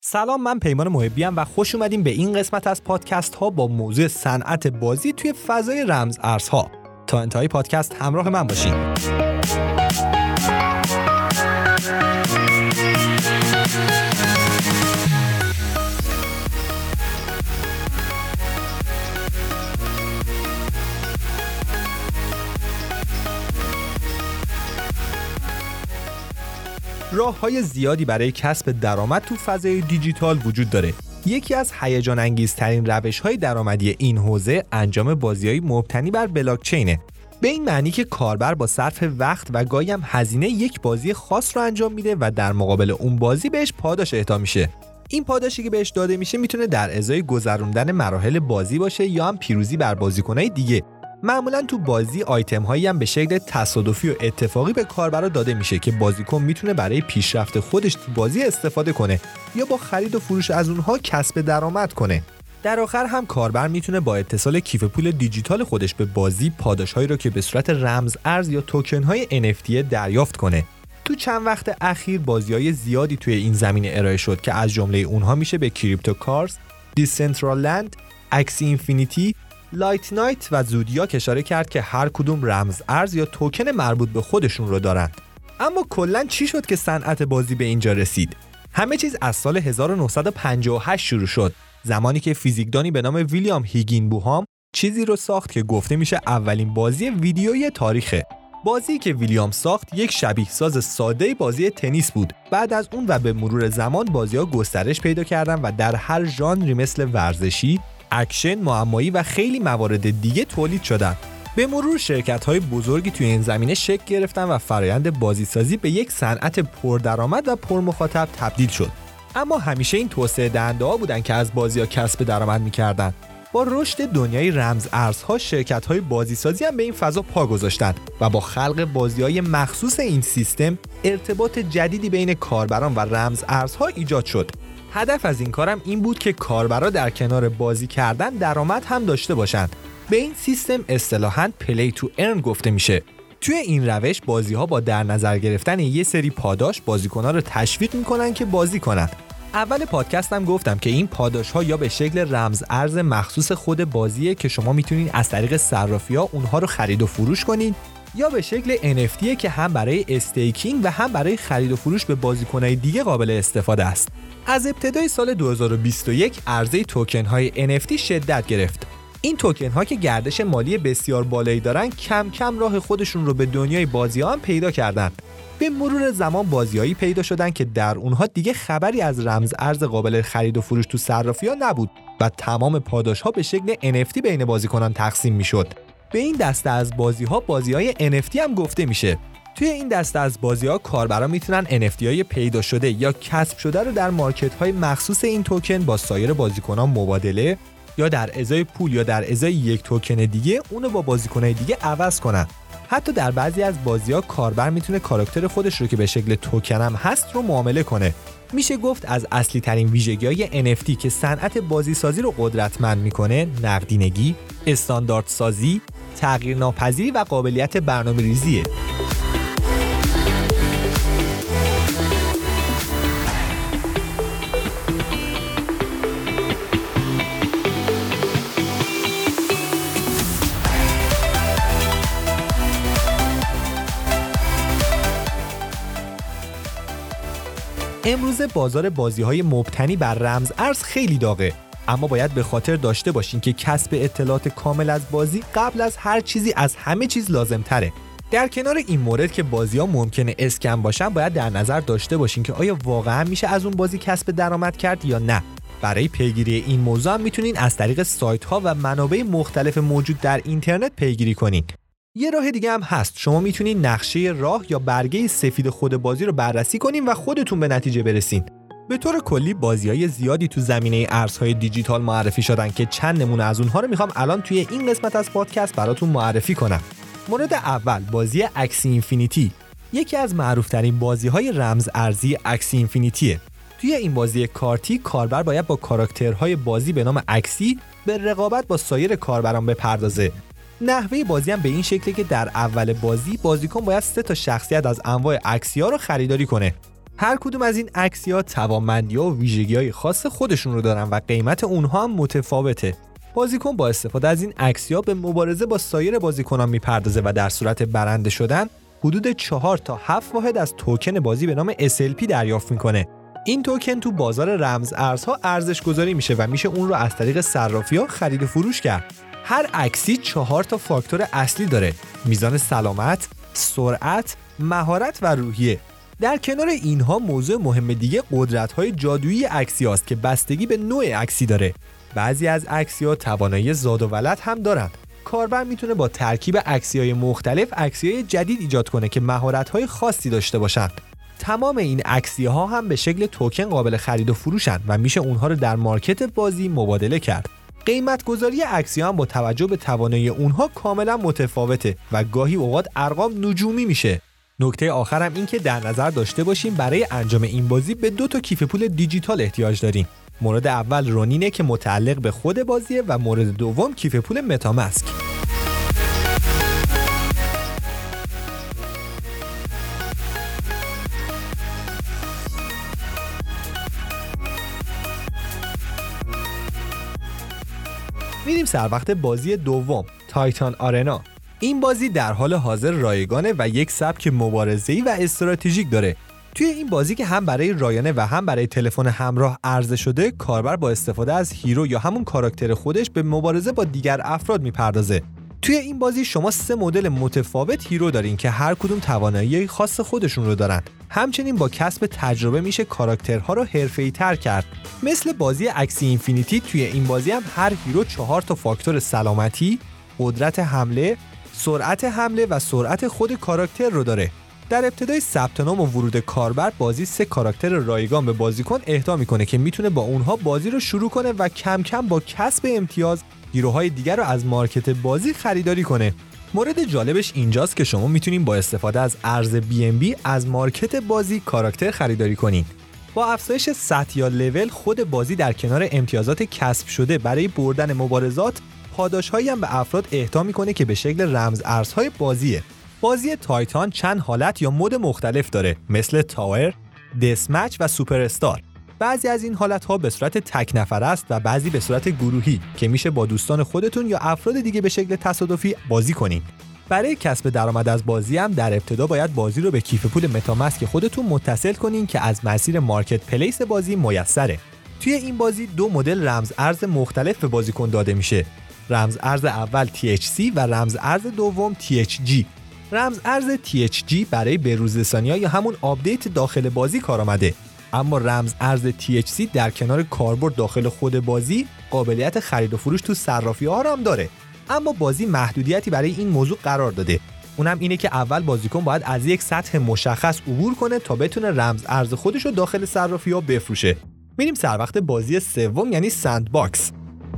سلام، من پیمان محبی ام و خوش اومدیم به این قسمت از پادکست ها با موضوع صنعت بازی توی فضای رمز ارزها. تا انتهای پادکست همراه من باشین. راه‌های زیادی برای کسب درآمد تو فضای دیجیتال وجود داره. یکی از هیجان انگیزترین روش‌های درآمدی این حوزه انجام بازی‌های مبتنی بر بلاکچینه. به این معنی که کاربر با صرف وقت و گاهی هم هزینه یک بازی خاص رو انجام میده و در مقابل اون بازی بهش پاداش اهدا میشه. این پاداشی که بهش داده میشه میتونه در ازای گذروندن مراحل بازی باشه یا هم پیروزی بر بازیکن‌های دیگه. معمولا تو بازی آیتم هایی هم به شکل تصادفی و اتفاقی به کاربرا داده میشه که بازیکن میتونه برای پیشرفت خودش تو بازی استفاده کنه یا با خرید و فروش از اونها کسب درآمد کنه. در آخر هم کاربر میتونه با اتصال کیف پول دیجیتال خودش به بازی پاداشهایی رو که به صورت رمز ارز یا توکن های NFT دریافت کنه. تو چند وقت اخیر بازی‌های زیادی توی این زمینه ارائه شد که از جمله اونها میشه به کریپتو کارز، دیسنترالند، اکسی اینفینیتی، لایت نایت و زودیاک اشاره کرد که هر کدوم رمز ارز یا توکن مربوط به خودشون رو دارن. اما کلاً چی شد که صنعت بازی به اینجا رسید؟ همه چیز از سال 1958 شروع شد، زمانی که فیزیکدانی به نام ویلیام هیگینبوهام چیزی رو ساخت که گفته میشه اولین بازی ویدیویی تاریخه. بازی که ویلیام ساخت یک شبیه ساز ساده بازی تنیس بود. بعد از اون و به مرور زمان بازی‌ها گسترش پیدا کردن و در هر ژانری مثل ورزشی، اکشن، معمایی و خیلی موارد دیگه تولید شدن. به مرور شرکت‌های بزرگی توی این زمینه شکل گرفتن و فرآیند بازیسازی به یک صنعت پردرآمد و پرمخاطب تبدیل شد. اما همیشه این توسعه دهنده‌ها بودن که از بازی‌ها کسب درآمد می‌کردن. با رشد دنیای رمز ارزها شرکت‌های بازیسازی هم به این فضا پا گذاشتن و با خلق بازی‌های مخصوص این سیستم ارتباط جدیدی بین کاربران و رمز ارزها ایجاد شد. هدف از این کارم این بود که کاربرا در کنار بازی کردن درآمد هم داشته باشن. به این سیستم اصطلاحاً پلی تو ارن گفته میشه. توی این روش بازی‌ها با در نظر گرفتن یه سری پاداش بازیکن‌ها رو تشویق می‌کنن که بازی کنن. اول پادکستم گفتم که این پاداش‌ها یا به شکل رمز ارز مخصوص خود بازیه که شما میتونید از طریق صرافی‌ها اونها رو خرید و فروش کنید، یا به شکل NFT که هم برای استیکینگ و هم برای خرید و فروش به بازیکن‌های دیگه قابل استفاده است. از ابتدای سال 2021 عرضه توکن‌های NFT شدت گرفت. این توکن‌ها که گردش مالی بسیار بالایی دارن کم کم راه خودشون رو به دنیای بازی‌ها هم پیدا کردن. به مرور زمان بازی‌هایی پیدا شدن که در اونها دیگه خبری از رمز ارز قابل خرید و فروش تو صرافی‌ها نبود و تمام پاداش‌ها به شکل NFT بین بازیکنان تقسیم می‌شد. به این دسته از بازی‌های NFT هم گفته میشه. توی این دسته از بازی‌ها کاربرا میتونن NFT‌های پیدا شده یا کسب شده رو در مارکت‌های مخصوص این توکن با سایر بازیکنان مبادله یا در ازای پول یا در ازای یک توکن دیگه اونو با بازیکن‌های دیگه عوض کنن. حتی در بعضی از بازی‌ها کاربر میتونه کاراکتر خودش رو که به شکل توکن هم هست رو معامله کنه. میشه گفت از اصلی ترین ویژگی‌های NFT که صنعت بازیسازی رو قدرتمند میکنه نقدینگی، استانداردسازی، تغییرناپذیری و قابلیت برنامه‌ریزیه. امروز بازار بازی‌های مبتنی بر رمز ارز خیلی داغه، اما باید به خاطر داشته باشین که کسب اطلاعات کامل از بازی قبل از هر چیزی از همه چیز لازم تره. در کنار این مورد که بازی‌ها ممکنه اسکم باشن، باید در نظر داشته باشین که آیا واقعا میشه از اون بازی کسب درآمد کرد یا نه. برای پیگیری این موضوع هم میتونین از طریق سایت‌ها و منابع مختلف موجود در اینترنت پیگیری کنین. یه راه دیگه هم هست. شما میتونید نقشه راه یا برگه سفید خود بازی رو بررسی کنین و خودتون به نتیجه برسین. به طور کلی بازی‌های زیادی تو زمینه ارزهای دیجیتال معرفی شدن که چند نمونه از اونها رو میخوام الان توی این قسمت از پادکست براتون معرفی کنم. مورد اول بازی اکسی اینفینیتی، یکی از معروف‌ترین بازی‌های رمز ارزی اکسی اینفینیتیه. توی این بازی کارتی کاربر باید با کاراکترهای بازی به نام اکسی به رقابت با سایر کاربران بپردازه. نحوه بازی هم به این شکله که در اول بازی بازیکن باید 3 تا شخصیت از انواع اکسی‌ها رو خریداری کنه. هر کدوم از این عکسی‌ها توانمندی‌ها و ویژگی‌های خاص خودشون رو دارن و قیمت اونها هم متفاوته. بازیکن با استفاده از این عکسی‌ها به مبارزه با سایر بازیکنان میپردازه و در صورت برنده شدن حدود 4 تا 7 واحد از توکن بازی به نام SLP دریافت میکنه. این توکن تو بازار رمز ارزها ارزش گذاری میشه و میشه اون رو از طریق صرافی‌ها خرید و فروش کرد. هر عکسی 4 تا فاکتور اصلی داره: میزان سلامت، سرعت، مهارت و روحیه. در کنار اینها موضوع مهم دیگه قدرت‌های جادویی عکسی‌هاست که بستگی به نوع عکسی داره. بعضی از عکسی‌ها توانایی زاد و ولد هم دارن. کاربر میتونه با ترکیب عکسی‌های مختلف عکسی‌های جدید ایجاد کنه که مهارت‌های خاصی داشته باشن. تمام این عکسی‌ها هم به شکل توکن قابل خرید و فروشن و میشه اونها رو در مارکت بازی مبادله کرد. قیمت گذاری عکسی‌ها هم با توجه به توانایی اونها کاملا متفاوته و گاهی اوقات ارقام نجومی میشه. نکته آخرم این که در نظر داشته باشیم برای انجام این بازی به 2 تا کیف پول دیجیتال احتیاج داریم. مورد اول رونینه که متعلق به خود بازیه و مورد دوم کیف پول متامسک. میریم سر وقت بازی دوم، تایتان آرنا. این بازی در حال حاضر رایگانه و یک سبک مبارزه‌ای و استراتژیک داره. توی این بازی که هم برای رایانه و هم برای تلفن همراه عرضه شده، کاربر با استفاده از هیرو یا همون کاراکتر خودش به مبارزه با دیگر افراد میپردازه. توی این بازی شما 3 مدل متفاوت هیرو دارین که هر کدوم توانایی خاص خودشون رو دارن. همچنین با کسب تجربه میشه کاراکترها رو حرفه‌ای‌تر کرد. مثل بازی اکسی اینفینیتی توی این بازی هم هر هیرو 4 تا فاکتور سلامتی، قدرت حمله، سرعت حمله و سرعت خود کاراکتر رو داره. در ابتدای ثبت نام و ورود کاربر بازی 3 کاراکتر رایگان به بازیکن اهدا میکنه که میتونه با اونها بازی رو شروع کنه و کم کم با کسب امتیاز هیروهای دیگر رو از مارکت بازی خریداری کنه. مورد جالبش اینجاست که شما میتونین با استفاده از ارز BNB از مارکت بازی کاراکتر خریداری کنین. با افزایش سطح یا لول خود بازی در کنار امتیازات کسب شده برای بردن مبارزات، پاداش‌هایی هم به افراد اهدا میکنه که به شکل رمز ارزهای بازیه. بازی تایتان چند حالت یا مود مختلف داره، مثل تاور، دسمچ و سوپر استار. بعضی از این حالت‌ها به صورت تک نفره است و بعضی به صورت گروهی که میشه با دوستان خودتون یا افراد دیگه به شکل تصادفی بازی کنین. برای کسب درآمد از بازی هم در ابتدا باید بازی رو به کیف پول متامسک خودتون متصل کنین که از مسیر مارکت پلیس بازی میسره. توی این بازی 2 مدل رمز ارز مختلف به بازیکن داده میشه. رمز ارز اول THC و رمز ارز دوم THG. رمز ارز THG برای بروزرسانی‌ها یا همون آپدیت داخل بازی کار آمده. اما رمز ارز THC در کنار کاربرد داخل خود بازی قابلیت خرید و فروش تو صرافی‌ها هم داره. اما بازی محدودیتی برای این موضوع قرار داده. اونم اینه که اول بازیکن باید از یک سطح مشخص عبور کنه تا بتونه رمز ارز خودش رو داخل صرافی‌ها بفروشه. میریم سر وقت بازی سوم یعنی سندباکس.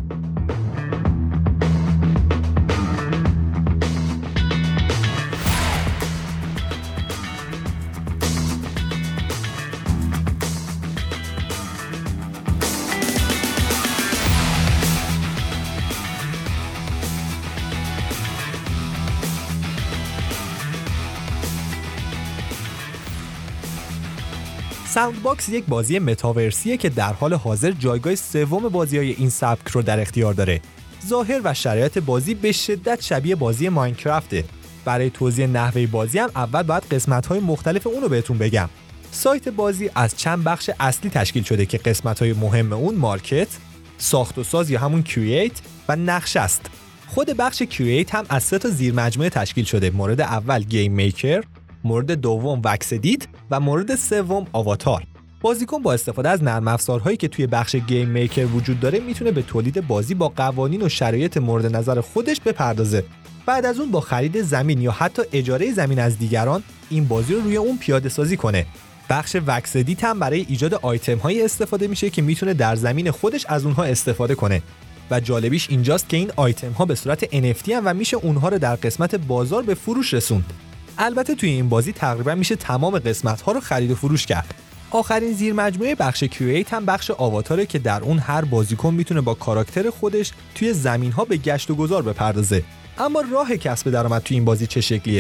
ساندباکس یک بازی متاورسیه که در حال حاضر جایگاه سوم بازی‌های این سبک رو در اختیار داره. ظاهر و شرایط بازی به شدت شبیه بازی ماینکرافته. برای توضیح نحوه بازی هم اول باید قسمت‌های مختلف اون رو بهتون بگم. سایت بازی از چند بخش اصلی تشکیل شده که قسمت‌های مهم اون مارکت، ساخت و ساز یا همون کرییت و نقشه است. خود بخش کرییت هم از 3 تا زیرمجموعه تشکیل شده. مورد اول گیم میکر، مورد دوم وکس ادیت و مورد سوم آواتار. بازیکن با استفاده از نرم افزارهایی که توی بخش گیم میکر وجود داره میتونه به تولید بازی با قوانین و شرایط مورد نظر خودش بپردازه. بعد از اون با خرید زمین یا حتی اجاره زمین از دیگران این بازی رو روی اون پیاده سازی کنه. بخش وکس ادیت هم برای ایجاد آیتم هایی استفاده میشه که میتونه در زمین خودش از اونها استفاده کنه. و جالبیش اینجاست که این آیتم ها به صورت NFT هم و میشه اونها رو در قسمت بازار به فروش رسوند. البته توی این بازی تقریبا میشه تمام قسمت ها رو خرید و فروش کرد. آخرین زیر مجموعه بخش کرییت هم بخش آواتاره که در اون هر بازیکن میتونه با کاراکتر خودش توی زمین ها به گشت و گذار بپردازه. اما راه کسب درآمد توی این بازی چه شکلیه؟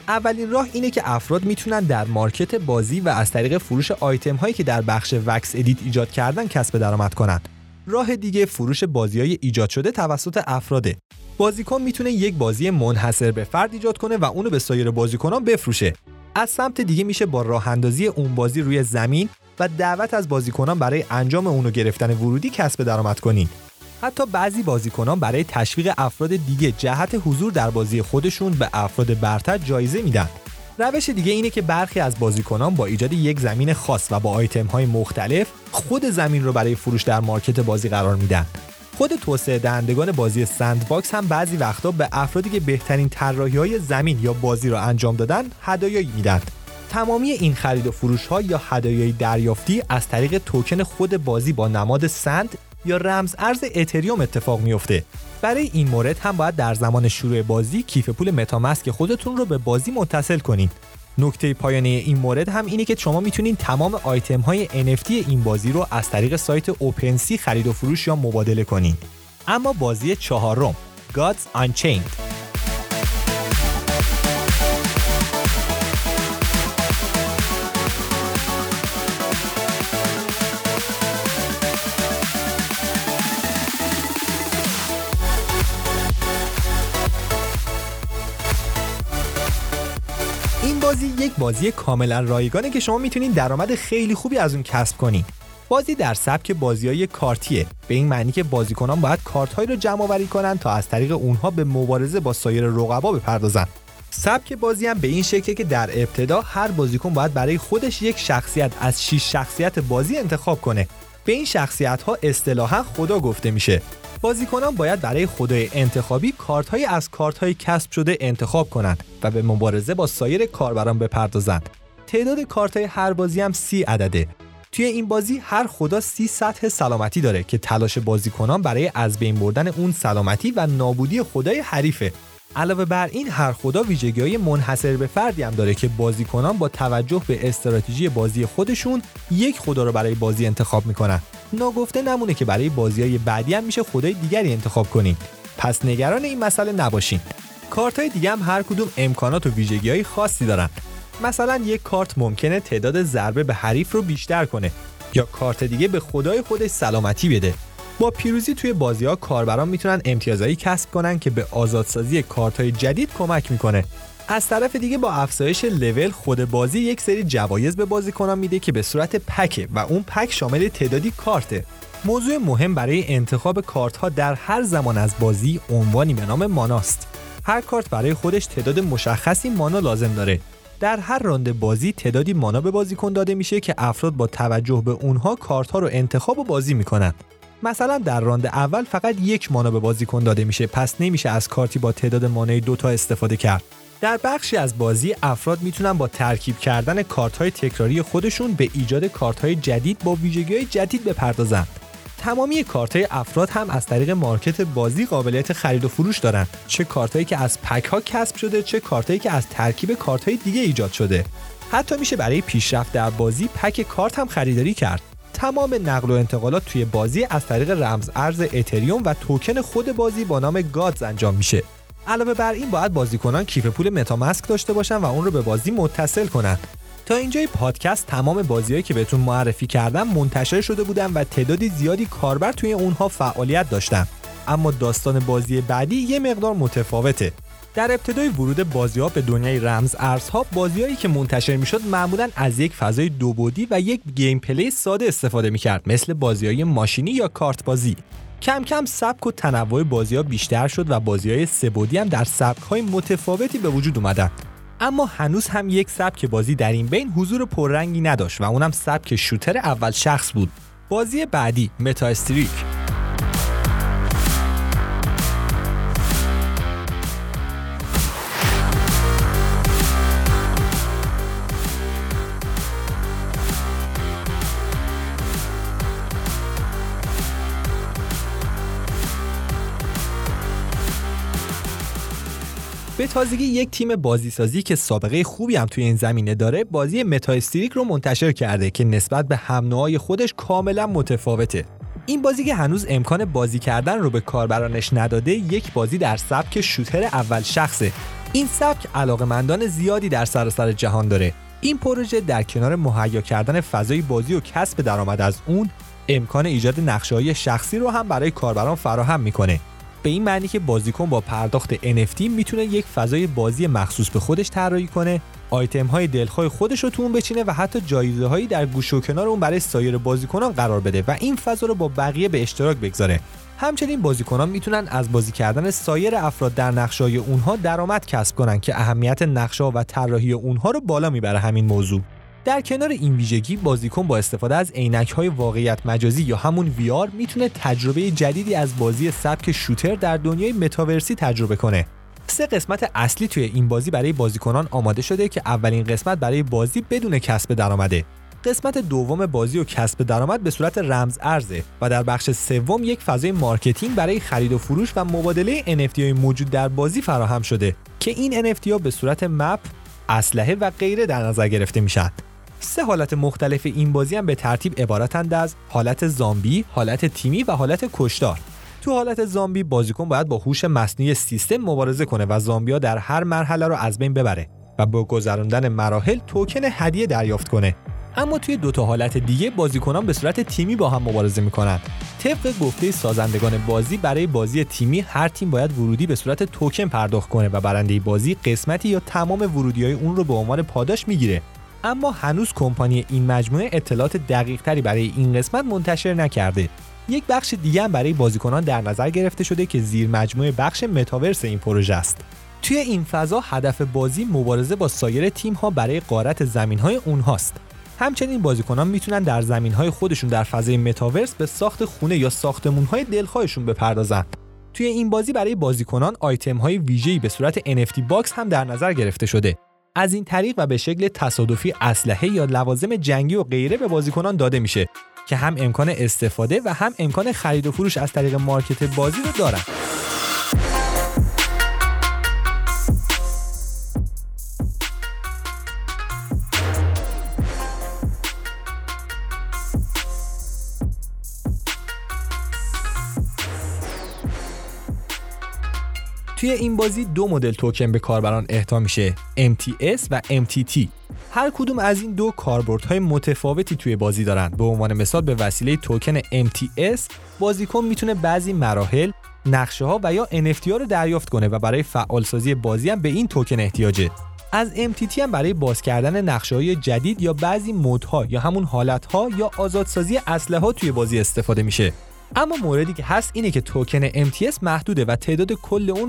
اولین راه اینه که افراد میتونن در مارکت بازی و از طریق فروش آیتم هایی که در بخش وکس ادیت ایجاد کردن کسب درآمد کنن. راه دیگه فروش بازی‌های ایجاد شده توسط افراده. بازیکن میتونه یک بازی منحصر به فرد ایجاد کنه و اونو به سایر بازیکنان بفروشه. از سمت دیگه میشه با راه اندازی اون بازی روی زمین و دعوت از بازیکنان برای انجام اونو گرفتن ورودی کسب درآمد کنین. حتی بعضی بازیکنان برای تشویق افراد دیگه جهت حضور در بازی خودشون به افراد برتر جایزه میدن. روش دیگه اینه که برخی از بازیکنان با ایجاد یک زمین خاص و با آیتم‌های مختلف خود زمین رو برای فروش در مارکت بازی قرار میدن. خود توسعه دهندگان بازی سندباکس هم بعضی وقتا به افرادی که بهترین طراحی‌های زمین یا بازی رو انجام دادن هدایایی میدن. تمامی این خرید و فروش‌ها یا هدایای دریافتی از طریق توکن خود بازی با نماد سند یا رمز ارز اتریوم اتفاق میفته. برای این مورد هم باید در زمان شروع بازی کیف پول متاماسک خودتون رو به بازی متصل کنین. نکته پایانی این مورد هم اینه که شما میتونین تمام آیتم های NFT این بازی رو از طریق سایت اوپنسی خرید و فروش یا مبادله کنین. اما بازی چهارم Gods Unchained. این بازی یک بازی کاملا رایگانه که شما میتونید درآمد خیلی خوبی از اون کسب کنین. بازی در سبک بازی‌های کارتیه، به این معنی که بازیکنان باید کارت‌هایی رو جمع‌آوری کنن تا از طریق اونها به مبارزه با سایر رقبا بپردازن. سبک بازی هم به این شکله که در ابتدا هر بازیکن باید برای خودش یک شخصیت از 6 شخصیت بازی انتخاب کنه. به این شخصیت‌ها اصطلاحاً خدا گفته میشه. بازیکنان باید برای خدای انتخابی کارت‌هایی از کارت‌های کسب شده انتخاب کنند و به مبارزه با سایر کاربران بپردازند. تعداد کارت‌های هر بازی هم 30 عدده. توی این بازی هر خدا 30 سطح سلامتی داره که تلاش بازیکنان برای از بین بردن اون سلامتی و نابودی خدای حریفه. علاوه بر این هر خدا ویژگی‌های منحصر به فردی هم داره که بازیکنان با توجه به استراتژی بازی خودشون یک خدا رو برای بازی انتخاب میکنن. ناگفته نمونه که برای بازی‌های بعدی هم میشه خدای دیگری انتخاب کنین. پس نگران این مسئله نباشین. کارت‌های دیگه هم هر کدوم امکانات و ویژگی‌های خاصی دارن. مثلا یک کارت ممکنه تعداد ضربه به حریف رو بیشتر کنه یا کارت دیگه به خدای خودش سلامتی بده. با پیروزی توی بازی‌ها کاربران میتونن امتیازایی کسب کنن که به آزادسازی کارت‌های جدید کمک میکنه. از طرف دیگه با افزایش لول خود بازی یک سری جوایز به بازیکنان میده که به صورت پکه و اون پک شامل تعدادی کارته. موضوع مهم برای انتخاب کارت‌ها در هر زمان از بازی عنوانی به نام ماناست. هر کارت برای خودش تعداد مشخصی مانا لازم داره. در هر راند بازی تعدادی مانا به بازیکن داده میشه که افراد با توجه به اونها کارت‌ها رو انتخاب و بازی میکنن. مثلا در راند اول فقط یک مانا به بازیکن داده میشه، پس نمیشه از کارتی با تعداد مانای 2 تا استفاده کرد. در بخشی از بازی افراد میتونن با ترکیب کردن کارت‌های تکراری خودشون به ایجاد کارت‌های جدید با ویژگی‌های جدید بپردازند. تمامی کارت‌های افراد هم از طریق مارکت بازی قابلیت خرید و فروش دارن، چه کارتایی که از پک‌ها کسب شده، چه کارتایی که از ترکیب کارت‌های دیگه ایجاد شده. حتی میشه برای پیشرفت در بازی پک کارت هم خریداری کرد. تمام نقل و انتقالات توی بازی از طریق رمز ارز اتریوم و توکن خود بازی با نام گادز انجام میشه. علاوه بر این باید بازیکنان کیف پول متاماسک داشته باشن و اون رو به بازی متصل کنن. تا اینجای پادکست تمام بازیایی که بهتون معرفی کردم منتشر شده بودن و تعدادی زیادی کاربر توی اونها فعالیت داشتن. اما داستان بازی بعدی یه مقدار متفاوته. در ابتدای ورود بازی‌ها به دنیای رمز ارزها، بازی‌هایی که منتشر می‌شد معمولاً از یک فضای دو بعدی و یک گیم پلی ساده استفاده می‌کرد، مثل بازی‌های ماشینی یا کارت بازی. کم کم سبک و تنوع بازی‌ها بیشتر شد و بازی‌های سه بعدی هم در سبک‌های متفاوتی به وجود اومدن. اما هنوز هم یک سبک بازی در این بین حضور پررنگی نداشت و اونم سبک شوتر اول شخص بود. بازی بعدی متاستریک. به تازگی یک تیم بازیسازی که سابقه خوبی هم توی این زمینه داره بازی متاستریک رو منتشر کرده که نسبت به هم‌نوعای خودش کاملا متفاوته. این بازی که هنوز امکان بازی کردن رو به کاربرانش نداده، یک بازی در سبک شوتر اول شخصه. این سبک علاقه‌مندان زیادی در سراسر جهان داره. این پروژه در کنار مهیا کردن فضای بازی و کسب درآمد از اون، امکان ایجاد نقشه‌های شخصی رو هم برای کاربران فراهم میکنه. به این معنی که بازیکن با پرداخت NFT میتونه یک فضای بازی مخصوص به خودش طراحی کنه، آیتم‌های دلخواه خودش رو تو اون بچینه و حتی جایزه‌هایی در گوشه و کنار اون برای سایر بازیکنان قرار بده و این فضا رو با بقیه به اشتراک بگذاره. همچنین بازیکنان میتونن از بازی کردن سایر افراد در نقشه‌های اونها درآمد کسب کنن که اهمیت نقشه‌ها و طراحی اونها رو بالا میبره همین موضوع. در کنار این ویژگی، بازیکن با استفاده از عینک‌های واقعیت مجازی یا همون VR میتونه تجربه جدیدی از بازی سبک شوتر در دنیای متاورسی تجربه کنه. 3 قسمت اصلی توی این بازی برای بازیکنان آماده شده که اولین قسمت برای بازی بدون کسب درآمده. قسمت دوم بازی و کسب درآمد به صورت رمز ارزه و در بخش سوم یک فضای مارکتینگ برای خرید و فروش و مبادله NFT‌های موجود در بازی فراهم شده که این NFT‌ها به صورت مپ، اسلحه و غیره در نظر گرفته میشن. 3 حالت مختلف این بازی هم به ترتیب عبارتند از حالت زامبی، حالت تیمی و حالت کشتار. تو حالت زامبی بازیکن باید با هوش مصنوعی سیستم مبارزه کنه و زامبی‌ها در هر مرحله رو از بین ببره و با گذراندن مراحل توکن هدیه دریافت کنه. اما توی 2 حالت دیگه بازیکنان به صورت تیمی با هم مبارزه میکنن. طبق گفته سازندگان بازی، برای بازی تیمی هر تیم باید ورودی به صورت توکن پرداخت کنه و برنده بازی قسمتی یا تمام ورودی‌های اون رو به عنوان پاداش میگیره. اما هنوز کمپانی این مجموعه اطلاعات دقیق‌تری برای این قسمت منتشر نکرده. یک بخش دیگه هم برای بازیکنان در نظر گرفته شده که زیر مجموعه بخش متاورس این پروژه است. توی این فضا هدف بازی مبارزه با سایر تیم‌ها برای غارت زمین‌های اونهاست. همچنین بازیکنان میتونن در زمین‌های خودشون در فضای متاورس به ساخت خونه یا ساختمان‌های دلخواهشون بپردازن. توی این بازی برای بازیکنان آیتم‌های ویژه‌ای به صورت NFT باکس هم در نظر گرفته شده. از این طریق و به شکل تصادفی اسلحه یا لوازم جنگی و غیره به بازیکنان داده میشه که هم امکان استفاده و هم امکان خرید و فروش از طریق مارکت بازی رو دارن. توی این بازی 2 مدل توکن به کاربران اهدا میشه، MTS و MTT. هر کدوم از این 2 کاربردهای متفاوتی توی بازی دارن. به عنوان مثال به وسیله توکن MTS بازیکن میتونه بعضی مراحل، نقشه‌ها و یا NFT ها رو دریافت کنه و برای فعالسازی بازی هم به این توکن احتیاجه. از MTT هم برای باز کردن نقشه‌های جدید یا بعضی مودها یا همون حالت‌ها یا آزادسازی اسلحه‌ها توی بازی استفاده میشه. اما موردی که هست اینه که توکن MTS محدوده و تعداد کل اون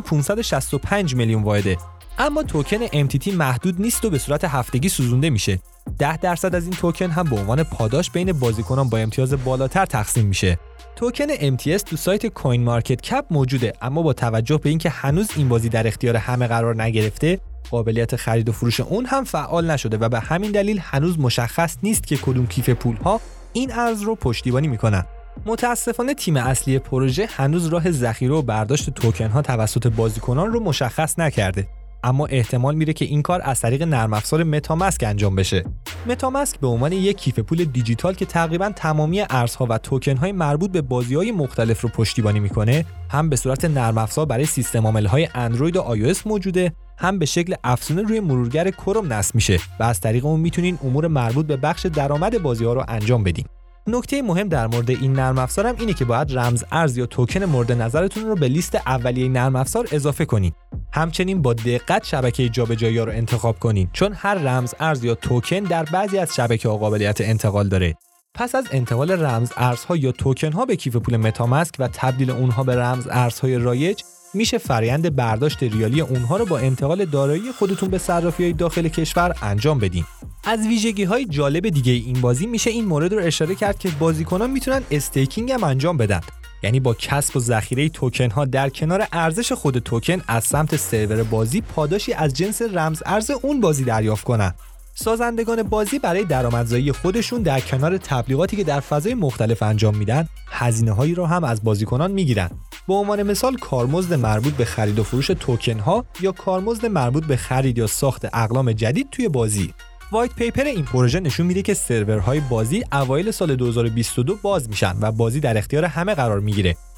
565 میلیون واحده. اما توکن MTT محدود نیست و به صورت هفتگی سوزونده میشه. 10% از این توکن هم به عنوان پاداش بین بازیکنان با امتیاز بالاتر تقسیم میشه. توکن MTS تو سایت کوین مارکت کپ موجوده، اما با توجه به اینکه هنوز این بازی در اختیار همه قرار نگرفته، قابلیت خرید و فروش اون هم فعال نشده و به همین دلیل هنوز مشخص نیست که کدوم کیف پول‌ها این ارز رو پشتیبانی میکنن. متاسفانه تیم اصلی پروژه هنوز راه ذخیره و برداشت توکن ها توسط بازیکنان رو مشخص نکرده، اما احتمال میره که این کار از طریق نرم افزار متاماسک انجام بشه. متاماسک به عنوان یک کیف پول دیجیتال که تقریبا تمامی ارزها و توکن های مربوط به بازی‌های مختلف رو پشتیبانی میکنه، هم به صورت نرم افزار برای سیستم عامل‌های اندروید و iOS موجوده، هم به شکل افزونه روی مرورگر کروم نصب میشه و از طریق اون میتونین امور مربوط به بخش درآمد بازی‌ها رو انجام بدین. نکته مهم در مورد این نرم افزار هم اینه که باید رمز ارز یا توکن مورد نظرتون رو به لیست اولیه نرم افزار اضافه کنین. همچنین با دقت شبکه جابجایی رو انتخاب کنین، چون هر رمز ارز یا توکن در بعضی از شبکه‌ها قابلیت انتقال داره. پس از انتقال رمز ارزها یا توکن ها به کیف پول متاماسک و تبدیل اونها به رمز ارزهای رایج، میشه فرآیند برداشت ریالی اونها رو با انتقال دارایی خودتون به صرافی‌های داخل کشور انجام بدین. از ویژگی‌های جالب دیگه این بازی میشه این مورد رو اشاره کرد که بازیکنان میتونن استیکینگ هم انجام بدن، یعنی با کسب و ذخیره توکن ها در کنار ارزش خود توکن از سمت سرور بازی پاداشی از جنس رمز ارز اون بازی دریافت کنن. سازندگان بازی برای درآمدزایی خودشون در کنار تبلیغاتی که در فضای مختلف انجام میدن، هزینه‌هایی رو هم از بازیکنان میگیرن. به عنوان مثال کارمزد مربوط به خرید و فروش توکن ها یا کارمزد مربوط به خرید یا ساخت اقلام جدید توی بازی. وایت پیپر این پروژه نشون میده که سرورهای بازی اوایل سال 2022 باز میشن و بازی در اختیار همه قرار میگیره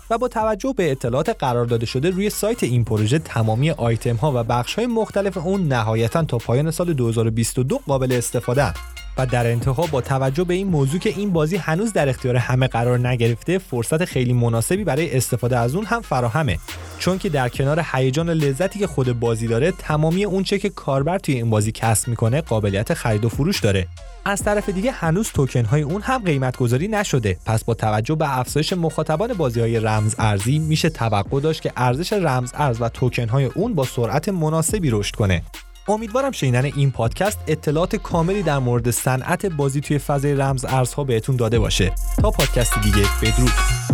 و با توجه به اطلاعات قرار داده شده روی سایت این پروژه تمامی آیتم ها و بخش های مختلف اون نهایتاً تا پایان سال 2022 قابل استفاده است. و در انتها با توجه به این موضوع که این بازی هنوز در اختیار همه قرار نگرفته، فرصت خیلی مناسبی برای استفاده از اون هم فراهمه، چون که در کنار هیجان و لذتی که خود بازی داره، تمامی اون چه که کاربر توی این بازی کسب میکنه قابلیت خرید و فروش داره. از طرف دیگه هنوز توکن های اون هم قیمت گذاری نشده، پس با توجه به افزایش مخاطبان بازی های رمز ارزی میشه توقع داشت که ارزش رمز ارز و توکن های اون با سرعت مناسبی رشد کنه. امیدوارم شنیدن این پادکست اطلاعات کاملی در مورد صنعت بازی توی فضای رمز ارزها بهتون داده باشه. تا پادکست دیگه، بدرود.